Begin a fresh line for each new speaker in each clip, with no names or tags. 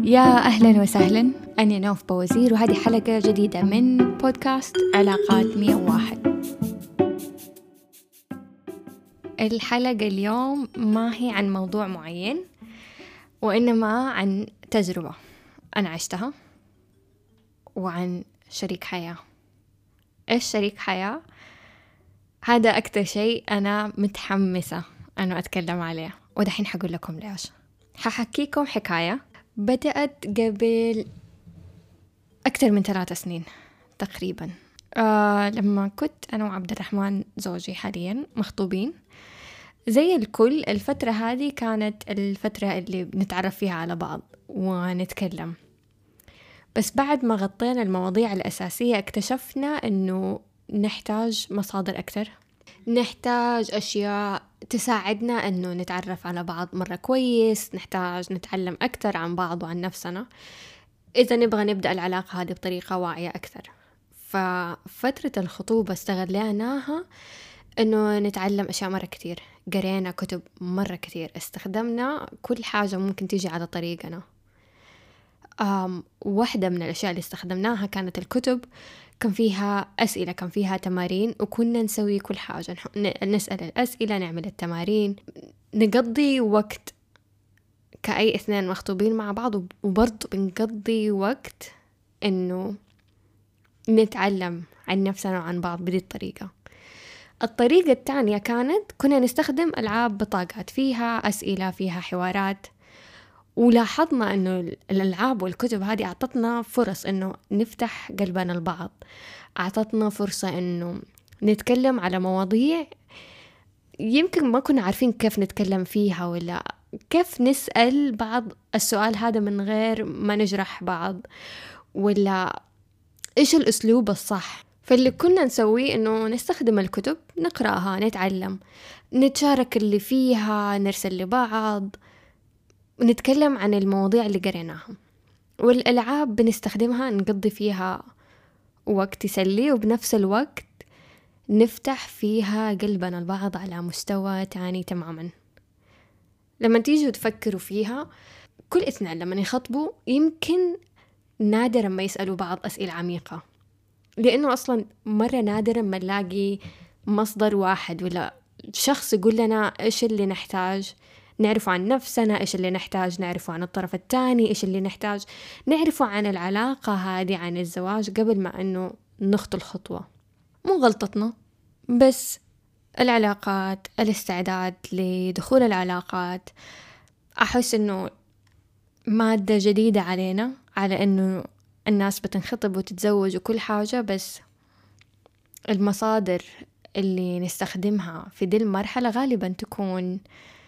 يا أهلا وسهلا، أنا نوف بوزير وهذه حلقة جديدة من بودكاست علاقات 101. الحلقة اليوم ما هي عن موضوع معين، وإنما عن تجربة أنا عشتها وعن شريك حياة. إيش شريك حياة؟ هذا أكتر شيء أنا متحمسة أنه أتكلم عليه، ودحين حقول لكم ليش. ححكيكم حكاية بدأت قبل أكثر من 3 سنين تقريبا. لما كنت أنا وعبد الرحمن زوجي حاليا مخطوبين. زي الكل الفترة هذه كانت الفترة اللي بنتعرف فيها على بعض ونتكلم، بس بعد ما غطينا المواضيع الأساسية اكتشفنا أنه نحتاج مصادر أكثر، نحتاج أشياء تساعدنا أنه نتعرف على بعض مرة كويس، نحتاج نتعلم أكثر عن بعض وعن نفسنا إذا نبغى نبدأ العلاقة هذه بطريقة واعية أكثر. ففترة الخطوبة استغليناها أنه نتعلم أشياء مرة كتير، قرينا كتب مرة كتير، استخدمنا كل حاجة ممكن تيجي على طريقنا. واحدة من الأشياء اللي استخدمناها كانت الكتب، كان فيها أسئلة، كان فيها تمارين، وكنا نسوي كل حاجة، نسأل الأسئلة، نعمل التمارين، نقضي وقت كأي اثنين مخطوبين مع بعض، وبرضه بنقضي وقت إنه نتعلم عن نفسنا وعن بعض بهذه الطريقة. الطريقة الثانية كانت كنا نستخدم ألعاب بطاقات، فيها أسئلة، فيها حوارات، ولاحظنا إنه الألعاب والكتب هذه أعطتنا فرص إنه نفتح قلبنا البعض، أعطتنا فرصة إنه نتكلم على مواضيع يمكن ما كنا عارفين كيف نتكلم فيها، ولا كيف نسأل بعض السؤال هذا من غير ما نجرح بعض، ولا إيش الأسلوب الصح. فاللي كنا نسويه إنه نستخدم الكتب، نقرأها، نتعلم، نتشارك اللي فيها، نرسل لبعض، نتكلم عن المواضيع اللي قريناها. والألعاب بنستخدمها نقضي فيها وقت يسلي، وبنفس الوقت نفتح فيها قلبنا البعض على مستوى تاني تماما. لما تيجوا تفكروا فيها، كل اثنين لما يخطبوا يمكن نادرا ما يسألوا بعض أسئلة عميقة، لأنه أصلا مرة نادرا ما نلاقي مصدر واحد ولا شخص يقول لنا إيش اللي نحتاج نعرفه عن نفسنا، إيش اللي نحتاج نعرفه عن الطرف الثاني، إيش اللي نحتاج نعرفه عن العلاقة هذه، عن الزواج، قبل ما أنه نخطو الخطوة. مو غلطتنا، بس العلاقات، الاستعداد لدخول العلاقات، أحس أنه مادة جديدة علينا، على أنه الناس بتنخطب وتتزوج وكل حاجة، بس المصادر اللي نستخدمها في دي المرحلة غالبا تكون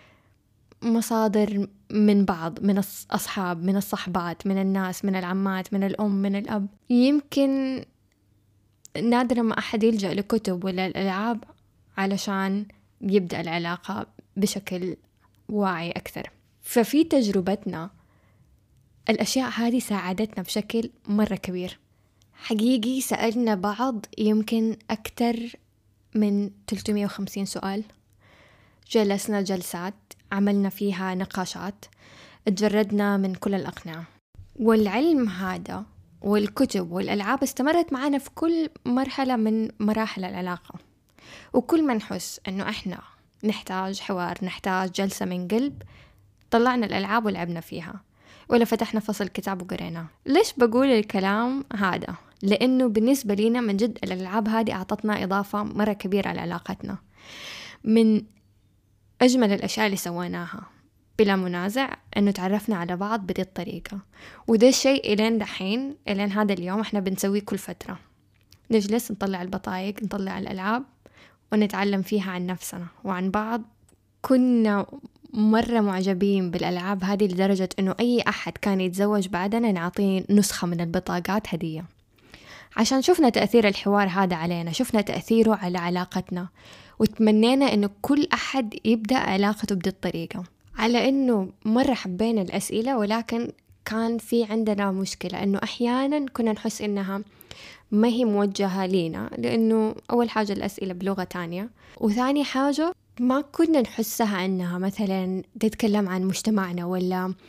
مصادر من بعض، من الأصحاب، من الصحبات، من الناس، من العمات، من الأم، من الأب. يمكن نادرا ما أحد يلجأ لكتب ولا الألعاب علشان يبدأ العلاقة بشكل واعي أكثر. ففي تجربتنا الأشياء هذه ساعدتنا بشكل مرة كبير. حقيقي سألنا بعض يمكن أكثر من 350 سؤال، جلسنا جلسات، عملنا فيها نقاشات، تجردنا من كل الأقنعة. والعلم هذا والكتب والألعاب استمرت معنا في كل مرحلة من مراحل العلاقة. وكل ما نحس أنه إحنا نحتاج حوار، نحتاج جلسة من قلب، طلعنا الألعاب ولعبنا فيها، ولا فتحنا فصل كتاب وقريناه. ليش بقول الكلام هذا؟ لأنه بالنسبة لنا من جد الألعاب هذه أعطتنا إضافة مرة كبيرة على علاقتنا. من أجمل الأشياء اللي سويناها بلا منازع أنه تعرفنا على بعض بهذه الطريقة، وده الشيء إلين دحين، إلين هذا اليوم إحنا بنسويه كل فترة. نجلس نطلع البطايق، نطلع الألعاب، ونتعلم فيها عن نفسنا وعن بعض. كنا مرة معجبين بالألعاب هذه لدرجة أنه أي أحد كان يتزوج بعدنا نعطيه نسخة من البطاقات هدية، عشان شفنا تأثير الحوار هذا علينا، شفنا تأثيره على علاقتنا، وتمنينا أنه كل أحد يبدأ علاقته بهذه الطريقة. على أنه مرة حبينا الأسئلة، ولكن كان في عندنا مشكلة أنه أحيانا كنا نحس أنها ما هي موجهة لينا، لأنه أول حاجة الأسئلة بلغة تانية، وثاني حاجة ما كنا نحسها أنها مثلا تتكلم عن مجتمعنا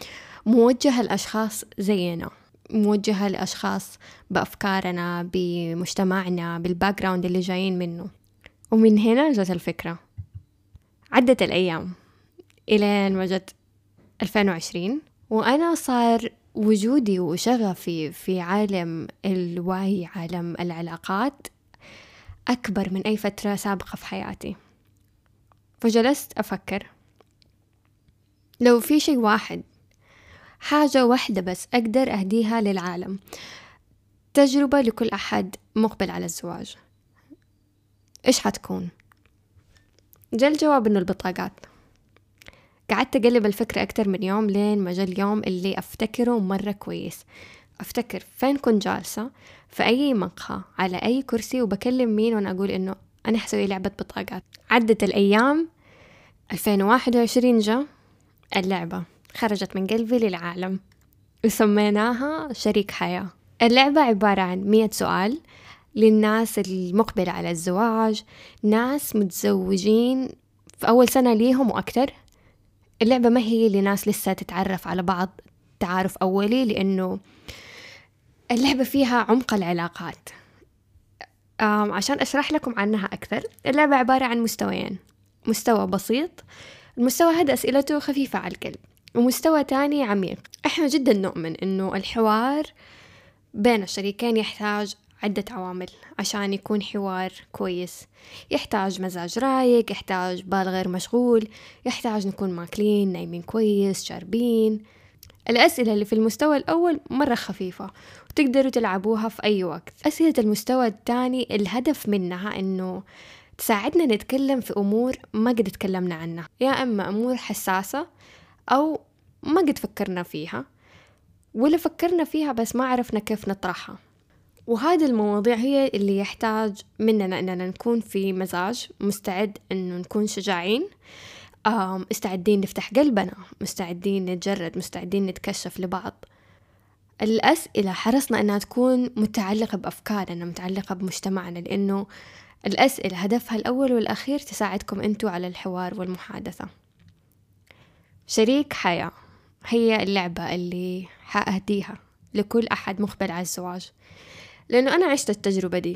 موجهة لأشخاص زينا، موجهة لأشخاص بأفكارنا، بمجتمعنا، بالباك جراوند اللي جايين منه. ومن هنا جت الفكرة. عدت الأيام إلين ما جت 2020 وأنا صار وجودي وشغفي في عالم الوعي، عالم العلاقات، أكبر من أي فترة سابقة في حياتي. فجلست أفكر لو في شيء واحد، حاجة واحدة بس أقدر أهديها للعالم، تجربة لكل أحد مقبل على الزواج، إيش حتكون؟ جاء الجواب إنه البطاقات. قعدت أقلب الفكرة أكتر من يوم لين ما جاء اليوم اللي أفتكره مرة كويس. أفتكر فين كنت جالسة في أي مقهى على أي كرسي وبكلم مين وأنا أقول إنه أنا حسوي لعبة بطاقات. عدت الأيام، 2021 جاء، اللعبة خرجت من قلبي للعالم وسميناها شريك حياة. اللعبة عبارة عن 100 سؤال للناس المقبلة على الزواج، ناس متزوجين في أول سنة ليهم وأكتر. اللعبة ما هي لناس لسه تتعرف على بعض تعارف أولي، لأنه اللعبة فيها عمق العلاقات. عشان أشرح لكم عنها أكثر، اللعبة عبارة عن مستويين: مستوى بسيط، المستوى هذا أسئلته خفيفة على القلب، ومستوى تاني عميق. إحنا جدا نؤمن إنه الحوار بين الشريكين يحتاج عدة عوامل عشان يكون حوار كويس. يحتاج مزاج رايق، يحتاج بال غير مشغول، يحتاج نكون ماكلين، نايمين كويس، شاربين. الأسئلة اللي في المستوى الأول مرة خفيفة وتقدروا تلعبوها في أي وقت. أسئلة المستوى الثاني الهدف منها إنه تساعدنا نتكلم في أمور ما قد تكلمنا عنها، يا إما أمور حساسة أو ما قد فكرنا فيها، ولا فكرنا فيها بس ما عرفنا كيف نطرحها. وهذه المواضيع هي اللي يحتاج مننا إننا نكون في مزاج مستعد، إنه نكون شجاعين، مستعدين نفتح قلبنا، مستعدين نتجرد، مستعدين نتكشف لبعض. الأسئلة حرصنا إنها تكون متعلقة بأفكارنا، متعلقة بمجتمعنا، لأنه الأسئلة هدفها الأول والأخير تساعدكم أنتوا على الحوار والمحادثة. شريك حياة هي اللعبة اللي حأهديها لكل أحد مقبل على الزواج، لأنه أنا عشت التجربة دي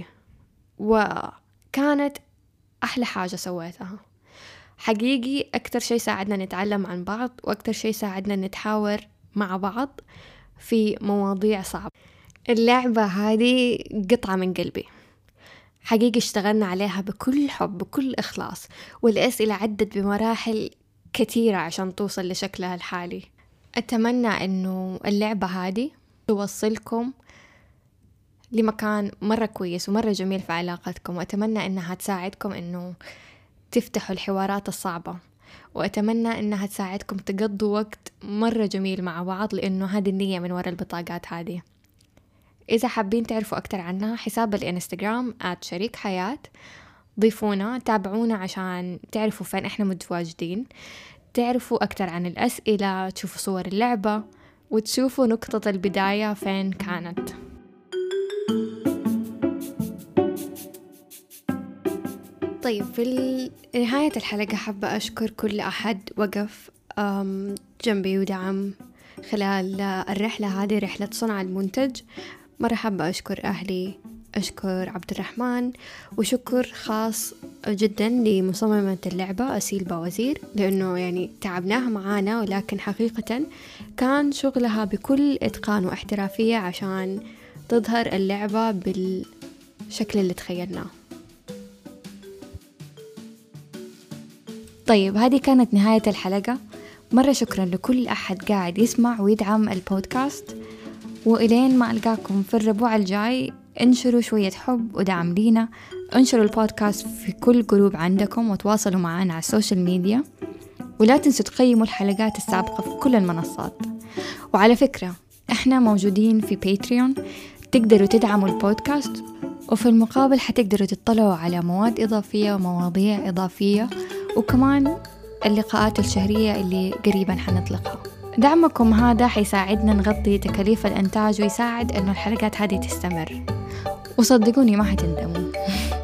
وكانت أحلى حاجة سويتها. حقيقي أكتر شيء ساعدنا نتعلم عن بعض، وأكتر شيء ساعدنا نتحاور مع بعض في مواضيع صعبة. اللعبة هذه قطعة من قلبي، حقيقي اشتغلنا عليها بكل حب بكل إخلاص، والأسئلة عدت بمراحل كثيرة عشان توصل لشكلها الحالي. أتمنى أنه اللعبة هذه توصلكم لمكان مرة كويس ومرة جميل في علاقتكم، وأتمنى أنها تساعدكم أنه تفتحوا الحوارات الصعبة، وأتمنى أنها تساعدكم تقضوا وقت مرة جميل مع بعض، لأنه هذه النية من وراء البطاقات هذه. إذا حابين تعرفوا أكتر عنها، حساب الإنستغرام @شريكحياة، ضيفونا، تابعونا عشان تعرفوا فين إحنا متواجدين، تعرفوا أكتر عن الأسئلة، تشوفوا صور اللعبة، وتشوفوا نقطة البداية فين كانت. طيب، في نهاية الحلقة حابة أشكر كل أحد وقف جنبي ودعم خلال الرحلة هذه، رحلة صنع المنتج. مرة حابة أشكر أهلي، أشكر عبد الرحمن، وشكر خاص جدا لمصممة اللعبة أسيل باوزير، لأنه يعني تعبناها معانا، ولكن حقيقة كان شغلها بكل إتقان واحترافية عشان تظهر اللعبة بالشكل اللي تخيلناه. طيب، هذه كانت نهاية الحلقة. مرة شكرا لكل أحد قاعد يسمع ويدعم البودكاست، وإلين ما ألقاكم في الربوع الجاي، انشروا شوية حب ودعم لينا، انشروا البودكاست في كل جروب عندكم، وتواصلوا معنا على السوشيال ميديا، ولا تنسوا تقيموا الحلقات السابقة في كل المنصات. وعلى فكرة، احنا موجودين في باتريون، تقدروا تدعموا البودكاست، وفي المقابل حتقدروا تطلعوا على مواد إضافية ومواضيع إضافية، وكمان اللقاءات الشهرية اللي قريبا حنطلقها. دعمكم هذا حيساعدنا نغطي تكاليف الإنتاج، ويساعد إنه الحلقات هذه تستمر، وصدقوني ما حتندموا.